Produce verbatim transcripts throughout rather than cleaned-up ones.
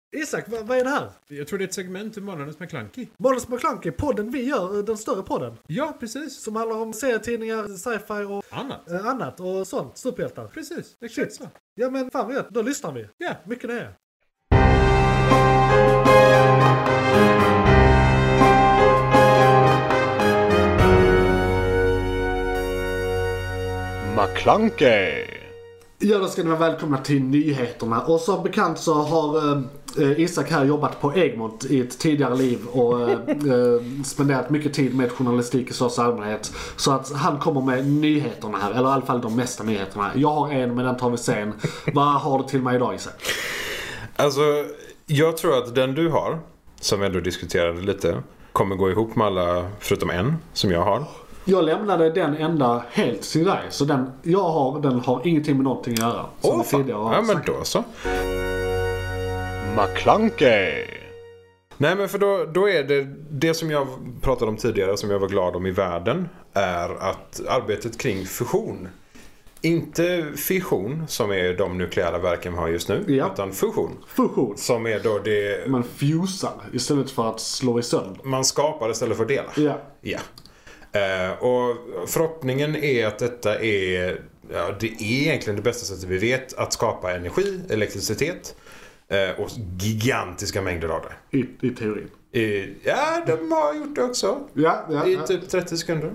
Isak, vad, vad är det här? Jag tror det är ett segment ur Månadens McKlunky. Månadens McKlunky, podden vi gör, den större podden. Ja, precis. Som handlar om serietidningar, sci-fi och annat, äh, annat och sånt. Superhjältar. Precis, exakt så. Ja men fan vet, då lyssnar vi. Ja, mycket det är. McKlunky. Ja, då ska ni vara välkomna till nyheterna. Och som bekant så har eh, Isak här jobbat på Egmont i ett tidigare liv och eh, eh, spenderat mycket tid med journalistik i största allmänhet. Så att han kommer med nyheterna här, eller i alla fall de mesta nyheterna. Jag har en, men den tar vi sen. Vad har du till mig idag, Isak? Alltså, jag tror att den du har, som vi ändå diskuterade lite, kommer gå ihop med alla, förutom en, som jag har. Jag lämnade den enda helt till dig. Så den jag har, den har ingenting med någonting att göra. Åh, fan. Ja, men då så. McKlunky. Nej, men för då, då är det det som jag pratade om tidigare, som jag var glad om i världen, är att arbetet kring fusion. Inte fission, som är de nukleära verken vi har just nu, ja. utan fusion. Fusion. Som är då det... Man fusar istället för att slå i sönder. Man skapar istället för att dela. Ja. Ja. Uh, och förhoppningen är att detta är, ja, det är egentligen det bästa sättet vi vet att skapa energi, elektricitet uh, och gigantiska mängder av det. I, i teorin. I, ja, de har gjort det också. Ja, ja, I ja. typ trettio sekunder.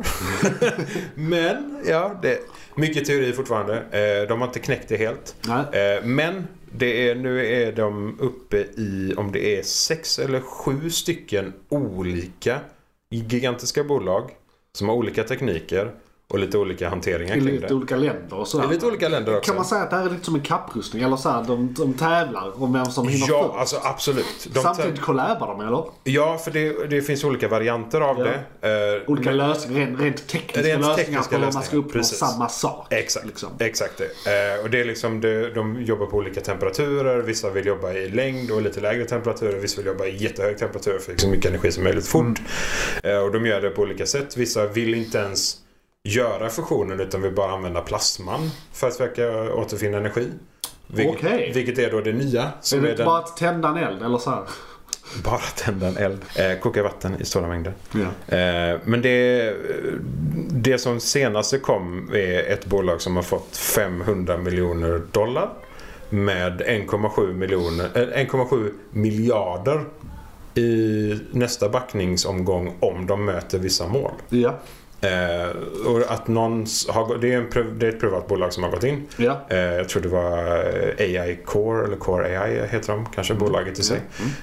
Men, ja, det är mycket teori fortfarande. Uh, de har inte knäckt det helt. Uh, men det är, nu är de uppe i, om det är sex eller sju stycken olika gigantiska bolag som har olika tekniker och lite olika hanteringar kring det. I lite olika länder och sådär. I lite olika länder också. Kan man säga att det här är lite som en kapprustning? Eller så här, de, de tävlar om vem som hinner Ja, först. alltså absolut. De Samtidigt kollabar de, eller? Ja, för det, det finns olika varianter av ja. det. Uh, olika men, lösningar, rent, rent tekniska rent lösningar tekniska på hur man ska uppnå precis. Samma sak. Exakt, liksom. exakt det. Uh, och det är liksom, det, de jobbar på olika temperaturer. Vissa vill jobba i längd och lite lägre temperaturer. Vissa vill jobba i jättehög temperatur för så mycket energi som möjligt fort. Mm. Uh, och de gör det på olika sätt. Vissa vill inte ens göra fusionen utan vill bara använda plasman för att försöka återfinna energi. Vilket, okay. vilket är då det nya. Som är det är inte den... bara att tända en eld eller så här? Bara tända en eld. Eh, koka vatten i stora mängder. Ja. Eh, men det, det som senaste kom är ett bolag som har fått femhundra miljoner dollar med en komma sju miljoner, eh, en komma sju miljarder i nästa backningsomgång om de möter vissa mål. Ja. Eh, och att någon har, det, är en, det är ett privat bolag som har gått in. Ja. Eh, jag tror det var A I Core eller Core A I heter de, kanske bolaget i sig.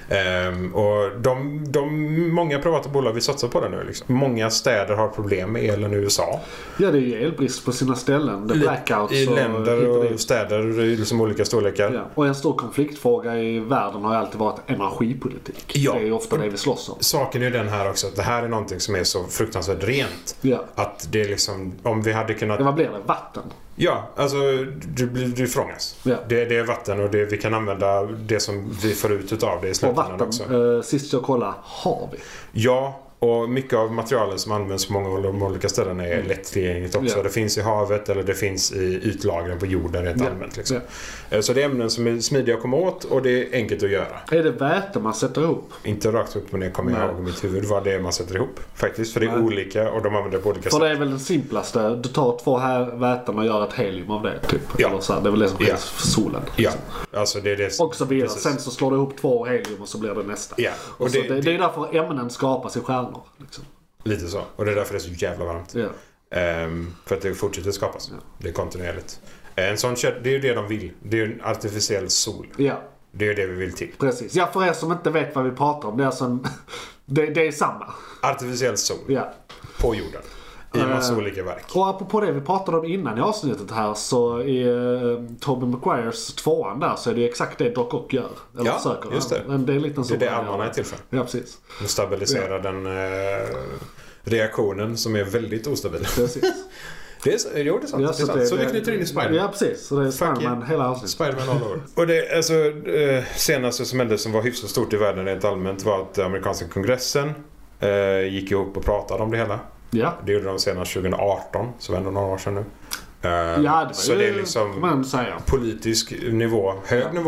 Mm. Eh, och de, de, många privata bolag vill satsa på det nu. Liksom. Många städer har problem med elen i U S A. Ja, det är ju elbrist på sina ställen. Det är blackouts I och länder och städer i liksom olika storlekar. Ja. Och en stor konfliktfråga i världen har ju alltid varit energipolitik. Ja. Det är ju ofta det vi slåss om. Saken är den här också, att det här är någonting som är så fruktansvärt rent. Ja. Att det är liksom, om vi hade kunnat... Ja, vad blir det? Vatten? Ja, alltså du, du fångas. Ja. Det, det är vatten och det, vi kan använda det som vi får ut utav det i slutändan och vatten, också. Eh, sist jag kollade, har vi? Ja, och mycket av materialen som används på många av de olika ställena är mm. lättillgängligt också. Ja. Det finns i havet eller det finns i ytlagren på jorden rent ja. allmänt. Liksom. Ja. Så det är ämnen som är smidiga att komma åt och det är enkelt att göra. Är det väte man sätter ihop? Inte rakt upp och ner kommer jag ihåg i mitt huvud vad det är man sätter ihop. Faktiskt, för det är Nej. olika och de använder på olika för sätt. För det är väl den simplaste. Du tar två här väten och gör ett helium av det. Typ. Ja. Eller så här. Det är väl det som sker ja. för solen. Ja, alltså det är det. Och så vidare. Sen så slår du ihop två helium och så blir det nästa. Ja. Och, och det, det, det, det är därför ämnen skapas i stjärnor. Liksom. Lite så. Och det är därför det är så jävla varmt. Ja. Um, för att det fortsätter skapas. Ja. Det är kontinuerligt. En sån kött, det är ju det de vill. Det är ju en artificiell sol. Ja. Det är ju det vi vill till. Precis. Ja, för er som inte vet vad vi pratar om. Det är, alltså en, det, det är samma. Artificiell sol. Ja. På jorden. I en massa uh, olika verk. Och apropå det vi pratade om innan i avsnittet här, så i uh, Tobey Maguires tvåan där så är det exakt det Doc Ock gör. Eller ja, försöker. just det. Men det är lite det är det armarna är till för. Ja, precis. De stabiliserar ja. den uh, reaktionen som är väldigt ostabil. Precis. Det är, jo, det är sant. Ja, så, det är sant. Det, så vi knyter in i Spider-Man. Ja, precis. Så det är Spider-Man hela avsnittet. Spider-Man all over. Och det alltså, eh, senaste som hände som var hyfsat stort i världen rent allmänt var att amerikanska kongressen eh, gick ihop och pratade om det hela. Ja. Det gjorde de senast tjugo arton, så ändå några år sedan nu. Uh, ja, det var så ju, det är liksom man säga. politisk nivå, hög ja. nivå.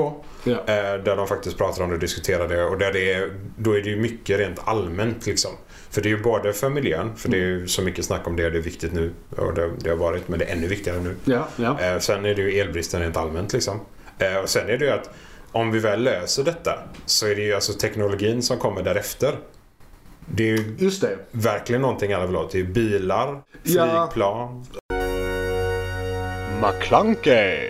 Ja. Där de faktiskt pratar om det och diskuterar det. Och där det är, då är det ju mycket rent allmänt liksom. För det är ju både för miljön, för det är ju så mycket snack om det, det är viktigt nu. Och det, det har varit, men det är ännu viktigare nu. Ja, ja. Sen är det ju elbristen rent allmänt liksom. Och sen är det ju att om vi väl löser detta så är det ju alltså teknologin som kommer därefter. Det är ju Just det. verkligen någonting alla vill ha. Det är bilar, flygplan. Ja. McClunkey.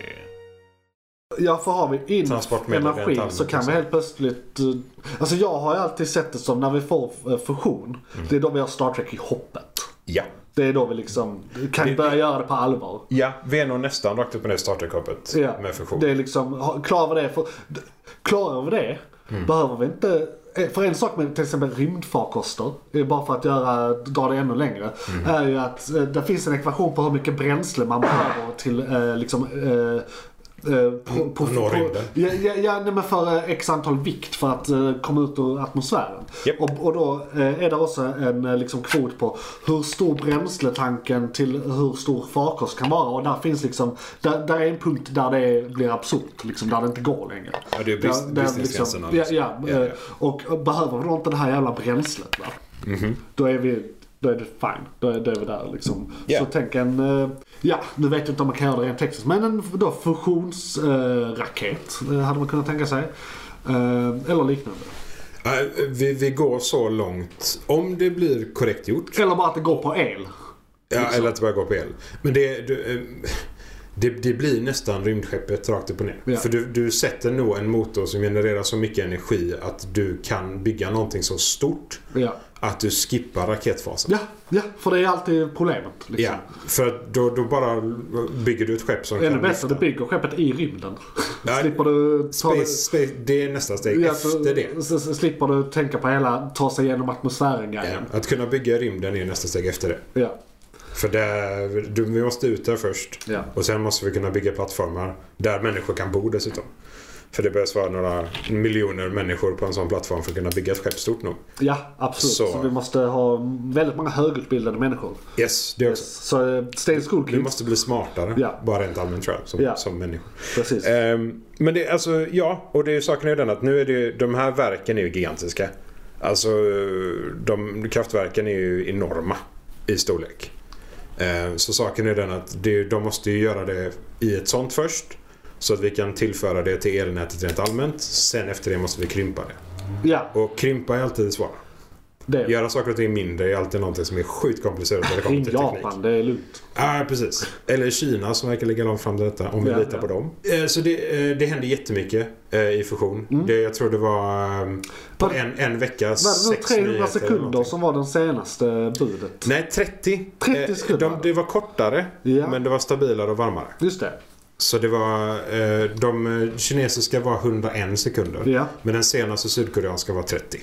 Ja, för har vi in energi så kan liksom. vi helt plötsligt... Alltså jag har ju alltid sett det som när vi får fusion. Mm. Det är då vi har Star Trek i hoppet. Ja. Det är då vi liksom kan det, börja göra det på allvar. Ja, vi är nog nästan rakt upp med det Star Trek-hoppet ja. med fusion. Det är liksom, klarar vi det, för, klarar vi det mm. behöver vi inte... För en sak med till exempel rymdfarkoster, bara för att göra, dra det ännu längre, mm. är ju att det finns en ekvation på hur mycket bränsle man behöver till eh, liksom... Eh, På, på, på, ja, ja, ja, nej, men för eh, x antal vikt för att eh, komma ut ur atmosfären. Yep. Och, och då eh, är det också en eh, liksom, kvot på hur stor bränsletanken till hur stor farkost kan vara. Och där finns liksom, där, där är en punkt där det blir absurt, liksom, där det inte går längre. Ja, det är brist, där, där, liksom, ja, ja, ja, ja. Och, och behöver vi då inte det här jävla bränslet, va? Mm-hmm. Då är vi Då är det fine. Då är, då är vi där liksom. Yeah. Så tänk en... Uh, ja, nu vet jag inte om man kan göra det rent tekniskt. Men en då, fusionsraket uh, hade man kunnat tänka sig. Uh, eller liknande. Uh, vi, vi går så långt. Om det blir korrekt gjort. Eller bara att det går på el. Ja, liksom. Eller att det bara går på el. Men det... det uh, Det, det blir nästan rymdskeppet rakt upp och ner. Ja. För du, du sätter nog en motor som genererar så mycket energi att du kan bygga någonting så stort ja. att du skippar raketfasen. Ja, ja, för det är alltid problemet. Liksom. Ja, för att då, då bara bygger du ett skepp som kan... Eller bättre, du bygger skeppet i rymden. Ja, slipper du ta space, det... Space, det är nästa steg ja, efter det. Så, så slipper du tänka på hela ta sig igenom atmosfären. Ja, att kunna bygga rymden är nästa steg efter det. Ja. För det, du, vi måste ut där först. Ja. Och sen måste vi kunna bygga plattformar där människor kan bo dessutom. För det behövs vara några miljoner människor på en sån plattform för att kunna bygga ett skepp stort nog. Ja, absolut. Så, så vi måste ha väldigt många högutbildade människor. Yes, det också. Yes. Så stay in school kids. Vi måste bli smartare. Ja. Bara rent allmänt tror jag, som, ja. som människor. Precis. Um, men det, alltså, ja, och det är saken är den att nu är det, de här verken är ju gigantiska. Alltså, de kraftverken är ju enorma i storlek. Så saken är den att det, de måste ju göra det i ett sånt först så att vi kan tillföra det till elnätet rent allmänt. Sen efter det måste vi krympa det. Ja. Och krympa är alltid svårt. Det. Göra saker och ting mindre är alltid något som är sjukt komplicerat när det kommer till teknik. Japan, det är lugnt. Ja, ah, precis. Eller Kina som verkar lägga långt fram till detta, om vi ja, litar ja. på dem. Så det, det händer jättemycket i fusion. Mm. Det, jag tror det var på en, en vecka var det trehundra sekunder som var den senaste budet? Nej, trettio. trettio sekunder. De, det var kortare, ja. men det var stabilare och varmare. Just det. Så det var, de kinesiska var hundraen sekunder. Ja. Men den senaste sydkoreanska var trettio.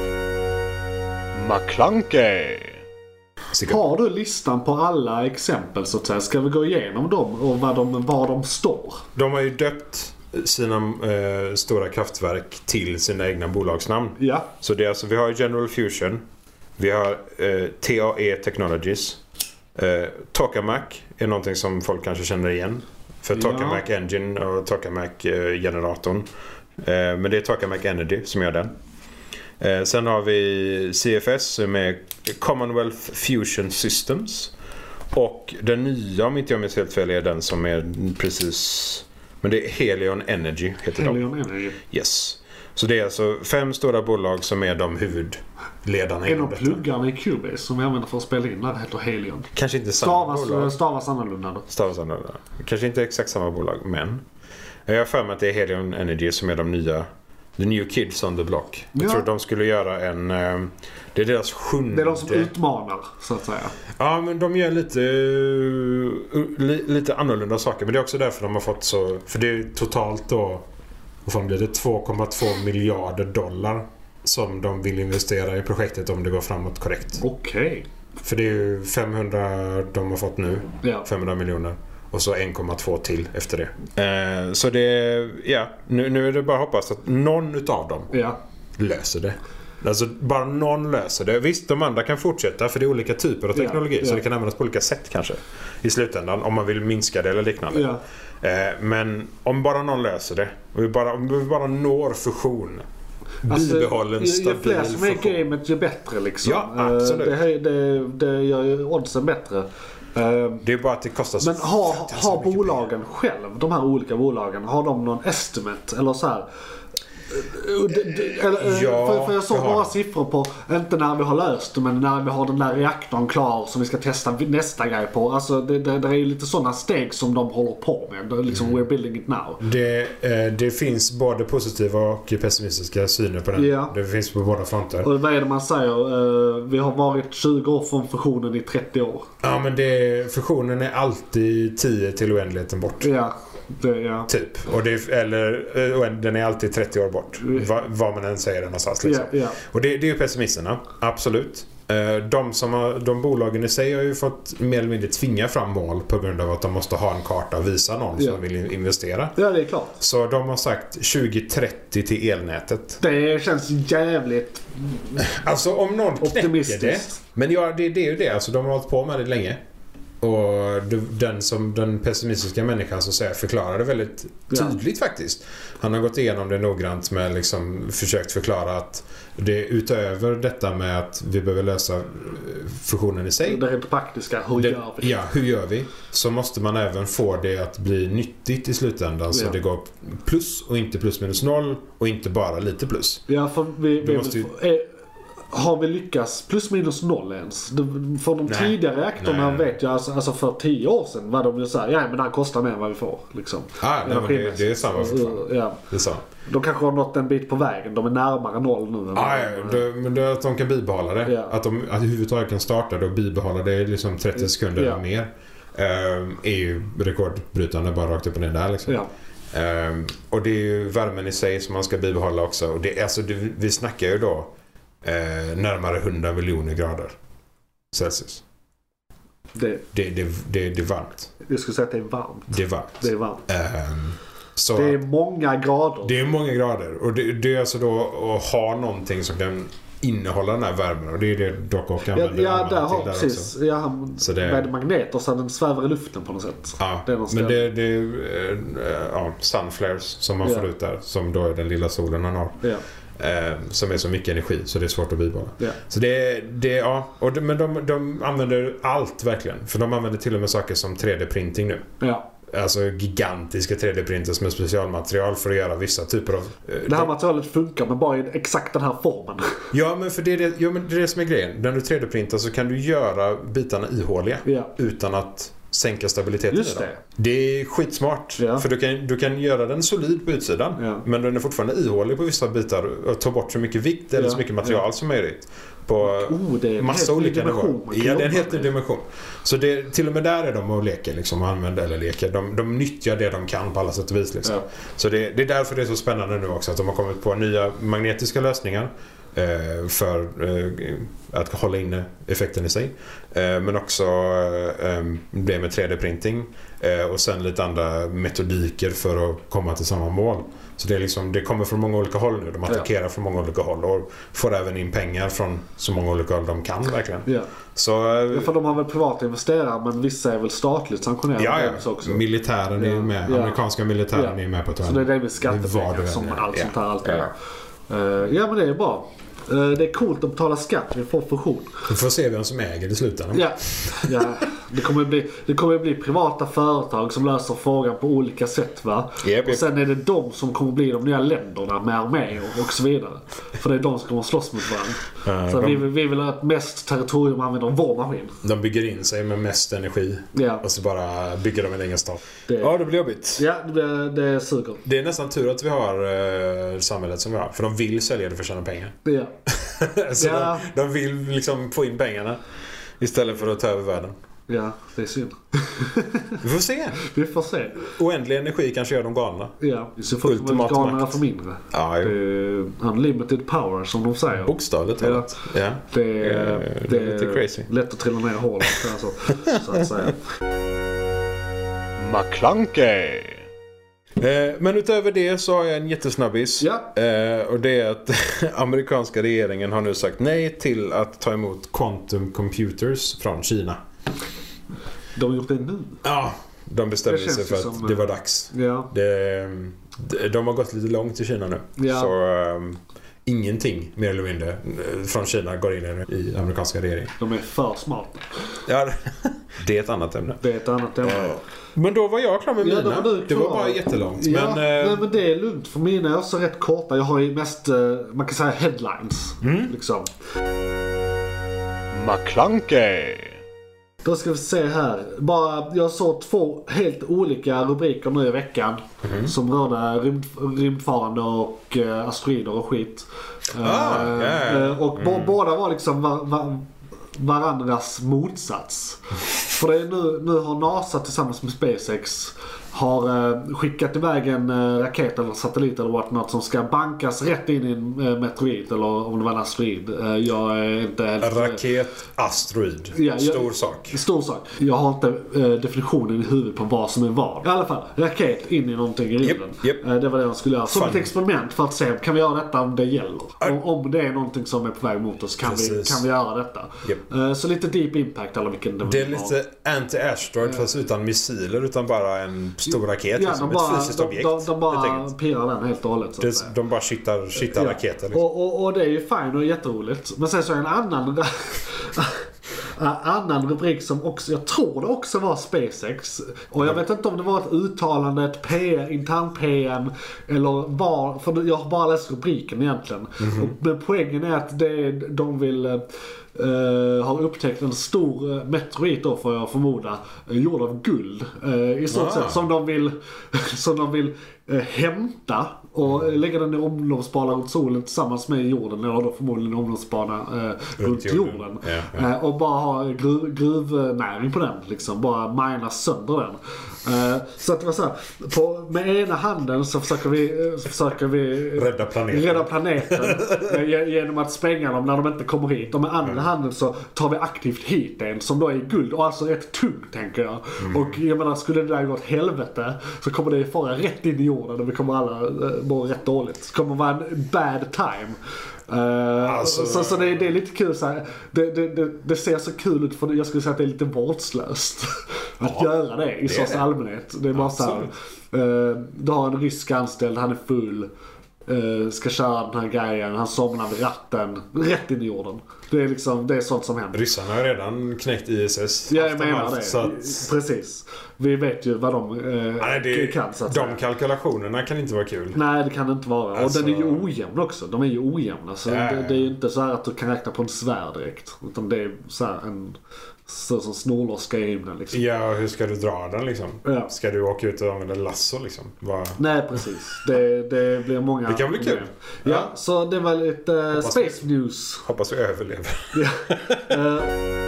McClunkey. Har du listan på alla exempel så att säga? Ska vi gå igenom dem och vad de, var de står? De har ju döpt sina eh, stora kraftverk till sina egna bolagsnamn. Ja. Så det är alltså, vi har General Fusion, vi har eh, T A E Technologies, eh, Tokamak är någonting som folk kanske känner igen. För Tokamak ja. Engine och Tokamak eh, generatorn. Eh, men det är Tokamak Energy som gör den. Eh, sen har vi C F S som är Commonwealth Fusion Systems. Och den nya, om inte jag minns helt fel, är den som är precis... Men det är Helion Energy heter Helion de. Energy. Yes. Så det är alltså fem stora bolag som är de huvudledarna. En av pluggarna i Cubase som vi använder för att spela in där heter Helion. Kanske inte samma stavas, bolag. Stavas annorlunda då. Stavas annorlunda. Kanske inte exakt samma bolag, men... Jag har för mig att det är Helion Energy som är de nya... The New Kids on the Block. Jag ja. tror de skulle göra en... Det är deras sjunde... Det är de som utmanar, så att säga. Ja, men de gör lite li, lite annorlunda saker. Men det är också därför de har fått så... För det är totalt då... Vad fan blir det? två komma två miljarder dollar som de vill investera i projektet om det går framåt korrekt. Okej. Okay. För det är ju femhundra de har fått nu. Ja. femhundra miljoner. Och så en komma två till efter det. Eh, så det... Ja, nu, nu är det bara att hoppas att någon utav dem ja. löser det. Alltså bara någon löser det. Visst, de andra kan fortsätta för det är olika typer av teknologi. Ja, så ja. det kan användas på olika sätt kanske. I slutändan, om man vill minska det eller liknande. Ja. Eh, men om bara någon löser det. Om vi bara, om vi bara når fusion. Alltså, Bibehållen ju, ju stabil fler som är fusion. i gamet ju bättre liksom. Ja, absolut. Det, höj- det, det gör ju oddsen bättre. Det är bara att det kostar så Men har, fett så har mycket bolagen själv, de här olika bolagen, har de någon estimate eller så här? Det, det, eller, Ja, för, för jag såg det har några de. siffror på, inte när vi har löst det, men när vi har den där reaktorn klar som vi ska testa nästa grej på. Alltså det, det, det är ju lite sådana steg som de håller på med. Det är liksom Mm. we're building it now. Det, eh, det finns både positiva och pessimistiska syner på den. Ja. Det finns på båda fronter. Och vad är det man säger? Uh, vi har varit tjugo år från fusionen i trettio år. Ja, men det, fusionen är alltid tio till oändligheten bort. Ja, det, ja. Typ. Och det, eller eh, den är alltid trettio år bort. Va, vad man än säger den någonstans. Liksom. Ja, ja. Och det, det är ju pessimisterna. Absolut. Eh, De, som har, de bolagen i sig har ju fått mer eller mindre tvinga fram mål på grund av att de måste ha en karta och visa någon Ja. som vill investera. Ja, det är klart. Så de har sagt tjugo trettio till elnätet. Det känns jävligt Alltså om någon knäcker optimistiskt. det. Men ja, det, det är ju det. Alltså de har hållit på med det länge. Och den som den pessimistiska människan så säger förklarar det väldigt tydligt ja. faktiskt. Han har gått igenom det noggrant med liksom försökt förklara att det utöver detta med att vi behöver lösa fusionen i sig. Det är rent praktiska. Hur det, gör vi? Ja, hur gör vi? Så måste man även få det att bli nyttigt i slutändan. Så Ja. det går plus och inte plus minus noll och inte bara lite plus. Ja, för vi, vi måste ju... är, har vi lyckats plus minus noll ens? De, för de Nej. tidigare reaktorerna Nej. vet jag, alltså, alltså för tio år sedan var de ju såhär, ja men den kostar mer än vad vi får. Liksom. Ah, nej, men det, det är samma fortfarande. Ja. Det är samma. De kanske har nått en bit på vägen. De är närmare noll nu. Än Ah, ja, det, men det är att de kan bibehålla det. Ja. Att de att huvudtaget kan starta det och bibehålla det i liksom trettio sekunder Ja. eller mer. Um, är ju rekordbrytande bara rakt upp och ner där liksom. Ja. Um, och det är ju värmen i sig som man ska bibehålla också. Och det, alltså, det, vi snackar ju då eh, närmare hundra miljoner grader Celsius. Det, Det, det, det, det är varmt. jag skulle säga att det är varmt. Det är varmt. Det är varmt. Um, så Det är många grader. det är många grader. Och det, det är alltså då att ha någonting som kan innehålla den här värmen. Och det är det Doc Ock Ja, använder. ja där har där precis. också. Ja, han, Så det- med magneter så den svävar i luften på något sätt. Ja, Det är någon men ställe. det, det är eh, ja, sunflares som man Ja. får ut där. Som då är den lilla solen han har. Ja. Eh, som är så mycket energi så det är svårt att bibehålla. Ja. Så det, det ja. Och de, men de, de använder allt verkligen. För de använder till och med saker som tre D-printing nu. Ja. Alltså gigantiska tre D-printers med specialmaterial för att göra vissa typer av... eh, Det här materialet funkar men bara i exakt den här formen. Ja, men för det är det, ja, men det är det som är grejen. När du tre D-printar så kan du göra bitarna ihåliga Ja. utan att sänka stabiliteten Just i dem. det. Det är skitsmart. Ja. För du kan, du kan göra den solid på utsidan. Ja. Men den är fortfarande ihålig på vissa bitar. Och ta bort så mycket vikt eller Ja. så mycket material Ja. som möjligt. På Oh, det är en massa helt ny olika dimension nivåer. man kan Ja, det är en jobba helt ny med. dimension. Så det, till och med där är de och leker liksom, och använder, eller leker. De, de nyttjar det de kan på alla sätt och vis. Liksom. Ja. Så det, det är därför det är så spännande nu också. Att de har kommit på nya magnetiska lösningar. Eh, för eh, att hålla inne effekten i sig. Eh, men också eh, det med tre D-printing. Eh, och sen lite andra metodiker för att komma till samma mål. Så det, är liksom, det kommer från många olika håll nu. De attackerar ja. från många olika håll. Och får även in pengar från så många olika håll de kan verkligen. Ja. Så, eh, Ja, för de har väl privata investerare men vissa är väl statligt sanktionerade. ja, ja. Också. Militären är Ja. med. Ja. Amerikanska militären Ja. är med på ett Så det är det med Det var skattepengar det som väl, allt ja. sånt här alltid Ja. är. Uh, ja men det är bra. Uh, det är coolt att betala skatt vid får fusion. Vi får se vem som äger det slutändan. Ja, ja. Det, kommer bli, det kommer bli privata företag som löser frågan på olika sätt va? Yep, Och yep. sen är det de som kommer bli de nya länderna med arméer och så vidare. För det är de som kommer slåss mot varandra. Uh, Så de, vi, vill- vi vill att mest territorium använder vår maskin. de bygger in sig med mest energi. Ja, Och så bara bygger de en egen stat. det, Ja, det blir jobbigt. ja det, det suger. Det är nästan tur att vi har eh, samhället som vi har. För de vill sälja det för att tjäna pengar. Ja. så Ja. de, de vill liksom få in pengarna. Istället för att ta över världen. Ja, det är synd. Vi får se. Vi får se. Oändlig energi kanske gör dem galna. Ja, så får Ultimat man galna makt. för mindre. Ja, Det jo. är unlimited power som de säger. Bokstavligt Ja. talat. Ja. Det är, Eh, det är lite crazy. lätt att trilla ner i hålet alltså, så att säga. McClunkey! Eh, men utöver det så har jag en jättesnabbis. Ja. Eh, och det är att amerikanska regeringen har nu sagt nej till att ta emot quantum computers från Kina. De har gjort det nu? Ja, de bestämde sig för att som, det var dags. Ja. Det, de har gått lite långt i Kina nu. Ja. Så um, ingenting mer eller mindre från Kina går in i amerikanska regeringen. De är för smarta. Ja, det är ett annat ämne. Det är ett annat ämne. Uh, men då var jag klar med ja, mina. Var det var bara jättelångt. Ja, men, nej, uh, men det är lugnt. För mina är också rätt korta. Jag har ju mest, uh, man kan säga headlines. Mm. Liksom. McClunkey. Då ska vi se här. Bara, jag såg två helt olika rubriker nu i veckan. Mm. Som rörde rymd, rymdfarande och uh, asteroider och skit. Ah, uh, yeah. uh, och mm. b- båda var liksom var, var, varandras motsats. För det är nu, nu har NASA tillsammans med SpaceX har uh, skickat iväg en uh, raket eller satellit eller vad något som ska bankas rätt in i en uh, meteorit eller om det var en asteroid. Uh, jag är inte helt... Raket, asteroid. Ja, Stor jag, sak. Stor sak. Jag har inte uh, definitionen i huvudet på vad som är vad. I alla fall, raket in i någonting i rymden. Yep, yep. Uh, det var det jag skulle göra. Som Fun. ett experiment för att se, kan vi göra detta om det gäller? Om, om det är någonting som är på väg mot oss, kan, vi, kan vi göra detta? Yep. Uh, så lite deep impact eller vilken det var. Det är lite anti-asteroid uh, fast utan missiler utan bara en stor raket. Ja, liksom, de bara, ett fysiskt de, objekt. de, de bara pirrar den helt och hållet. Så det, de bara skittar, skittar ja. raketer. Liksom. Och, och, och det är ju fine och jätteroligt. Men sen så är en annan annan rubrik som också, jag tror det också var SpaceX. Och jag vet inte om det var ett uttalande, ett P M, intern P M eller var, för jag har bara läst rubriken egentligen. Mm-hmm. Och, men poängen är att det, de vill Uh, har upptäckt en stor uh, meteorit då, får jag förmoda, uh, gjord av guld uh, i stort ah. sett som de vill som de vill uh, hämta och uh, lägga den i omloppsbana runt solen tillsammans med jorden, eller då förmodligen omloppsbana uh, runt jorden, jorden. Yeah, yeah. Uh, och bara ha gruv, gruvnäring på den liksom, bara mina sönder den. Uh, så att det var så här, på, med ena handen så försöker vi, uh, så försöker vi rädda planeten, rädda planeten uh, genom att spränga dem när de inte kommer hit, och med andra mm. handen så tar vi aktivt hit en som då är guld och alltså rätt tungt, tänker jag. Mm. Och jag menar, skulle det där gå åt helvete så kommer det fara rätt in i jorden och vi kommer alla uh, må rätt dåligt. Det kommer vara en bad time. Uh, alltså, så så det, det är lite kul så här. Det, det, det, det ser så kul ut, för jag skulle säga att det är lite vårdslöst att ja, göra det i sås allmänhet. Det är bara så här, uh, du har en rysk anställd, han är full, uh, ska köra den här grejen, han somnar vid ratten rätt in i jorden. Det är liksom, det är sånt som händer. Ryssarna har redan knäckt I S S. Ja, jag menar det. Så att... Precis. Vi vet ju vad de eh, Nej, det, kan, så att de säga. Kalkylationerna kan inte vara kul. Nej, det kan det inte vara. Alltså... Och den är ju ojämn också. De är ju ojämna. Så ja. det, det är ju inte så här att du kan räkna på en svärd direkt. Utan det är så här en så som snorloska i himlen liksom. Ja, hur ska du dra den liksom? Ja. Ska du åka ut och använda lasso liksom? Var... Nej, precis. Det, det blir många... Det kan bli kul. Ja, ja, så det var lite uh, Space vi, News. Hoppas vi överlever. Ja. uh,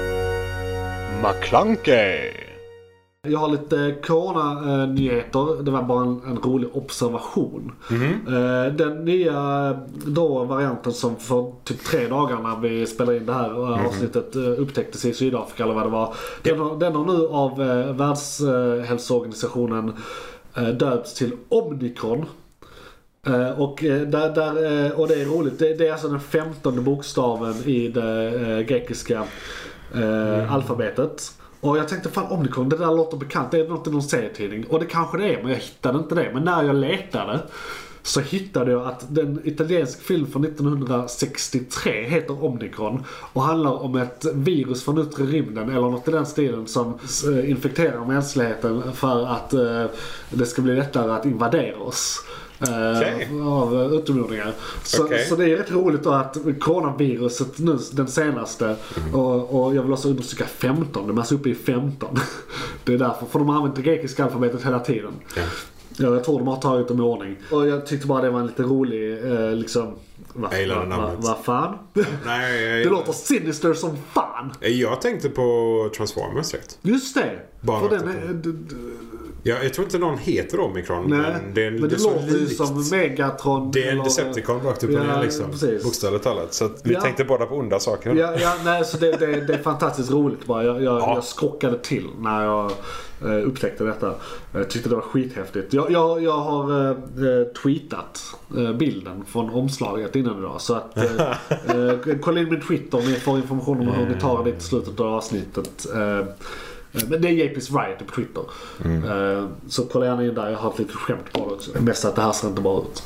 McClunkey. Jag har lite corona-nyheter. Det var bara en, en rolig observation. Mm-hmm. Den nya då varianten som för typ tre dagar när vi spelar in det här mm-hmm. avsnittet upptäcktes i Sydafrika eller vad det var. Den har, den har nu av Världshälsoorganisationen döpts till Omicron. Och, där, där, och det är roligt. Det, det är alltså den femtonde bokstaven i det grekiska mm. alfabetet. Och jag tänkte, fan, Omicron, det där låter bekant. Det är något i någon serietidning. Och det kanske det är, men jag hittade inte det. Men när jag letade så hittade jag att den italiensk film från nittonhundrasextiotre heter Omicron och handlar om ett virus från yttre rymden eller något i den stilen som infekterar mänskligheten för att uh, det ska bli lättare att invadera oss. Okay. Av utomjordingar. Så, okay. så det är rätt roligt då att coronaviruset nu, den senaste mm. och, och jag vill också undersöka femton, de är alltså uppe i femton. Det är därför, för de har använt det grekiska alfabetet hela tiden. Yeah. Ja, jag tror de har tagit dem i ordning. Och jag tyckte bara det var en lite rolig eh, liksom, vad va, va, va fan? Nej, jag, det låter sinister som fan. Jag tänkte på Transformers direkt. Just det. Bara för den är, d- d- Ja, jag tror inte någon heter Omicron. Nej, men det, men det, det låter ju likt. som Megatron. Det är en eller, Decepticon rakt upp och ja, ner liksom. Bokstavligt talat. Så att vi ja. tänkte båda på onda saker. Ja, ja nej, så det, det, det är fantastiskt roligt bara. Jag, jag, ja. jag skrockade till när jag eh, upptäckte detta. Jag tyckte det var skithäftigt. Jag, jag, jag har eh, tweetat eh, bilden från omslaget innan idag. Så att eh, eh, kolla in min Twitter om ni får information om hur ni tar det i slutet av avsnittet. Eh, Men det är J P's Riot på Twitter. Mm. Så kolla gärna in där. Jag har haft lite skämt på det också. Mest att det här ser inte bra ut.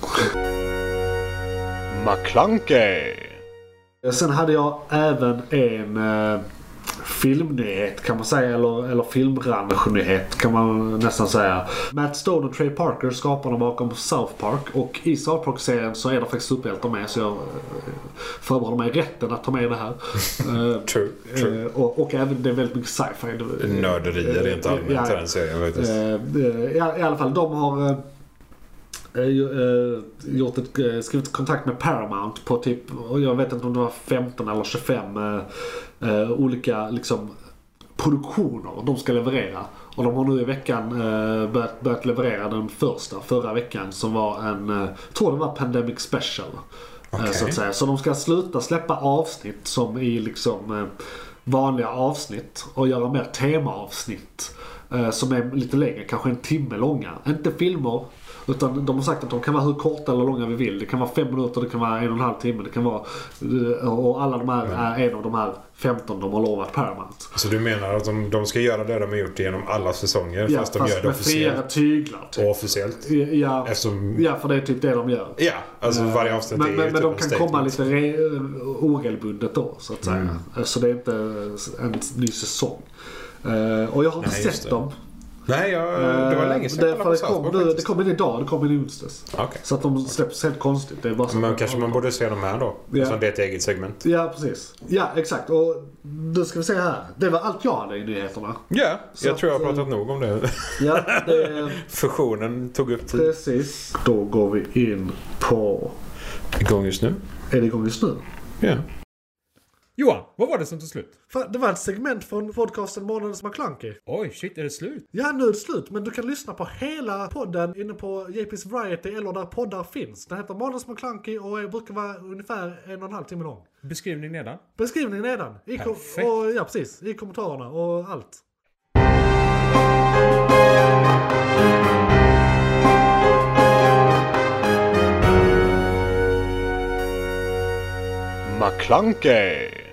McClunkey. Sen hade jag även en uh, filmnyhet kan man säga. Eller, eller filmbranschnyhet kan man nästan säga. Matt Stone och Trey Parker, skaparna bakom South Park. Och i South Park-serien så är det faktiskt superhjältar med. Så jag uh, förbereder mig rätten att ta med det här. Uh, true, true. Uh, och, och även det är väldigt mycket sci-fi. Nörderier rent allmänt i ja, den serien faktiskt. Uh, i, I alla fall, de har... Uh, Uh, gjort ett, uh, skrivit kontakt med Paramount på typ, och jag vet inte om det var femton eller tjugofem uh, uh, olika liksom produktioner de ska leverera, och de har nu i veckan uh, börjat, börjat leverera den första förra veckan som var en, uh, jag tror det var Pandemic Special. Okay. uh, så att säga. Så de ska sluta släppa avsnitt som i liksom uh, vanliga avsnitt och göra mer temaavsnitt uh, som är lite längre, kanske en timme långa, inte filmer. Utan de har sagt att de kan vara hur korta eller långa vi vill. Det kan vara fem minuter, det kan vara en och en halv timme. Det kan vara, och alla de här är en av de här femton de har lovat Paramount. Så du menar att de, de ska göra det de har gjort genom alla säsonger? Ja, fast de fast gör det med officiellt? friare tyglar. Typ. Och officiellt? Ja, Eftersom... ja, för det är typ det de gör. Ja, alltså varje avsnitt men, är men, ju men typ de kan statement. komma lite re- oregelbundet då, så att säga. Mm. Så det är inte en ny säsong. Och jag har inte Nej, sett dem. Nej, jag, det var länge sedan. Därför det, kom, nu, det kom in idag, det kom in i onsdags. Okay. Så att de släpps helt konstigt. Det är bara så men kanske man borde se dem här då. Ja. Så det är ett eget segment. Ja, precis. Ja, exakt. Och då ska vi se här. Det var allt jag hade i nyheterna. Ja, så jag tror jag har att, pratat nog om det. Ja, det fusionen tog upp tid. Precis. Då går vi in på... Igång just nu. Är det igång just nu? Ja. Johan, vad var det som tog slut? Det var ett segment från podcasten Månadens McClunky. Oj, shit, är det slut? Ja, nu är det slut. Men du kan lyssna på hela podden inne på J P's Variety eller där poddar finns. Den heter Månadens McClunky och brukar vara ungefär en och en halv timme lång. Beskrivning nedan? Beskrivningen nedan. I kom- och, ja, precis. I kommentarerna och allt. McClunkey.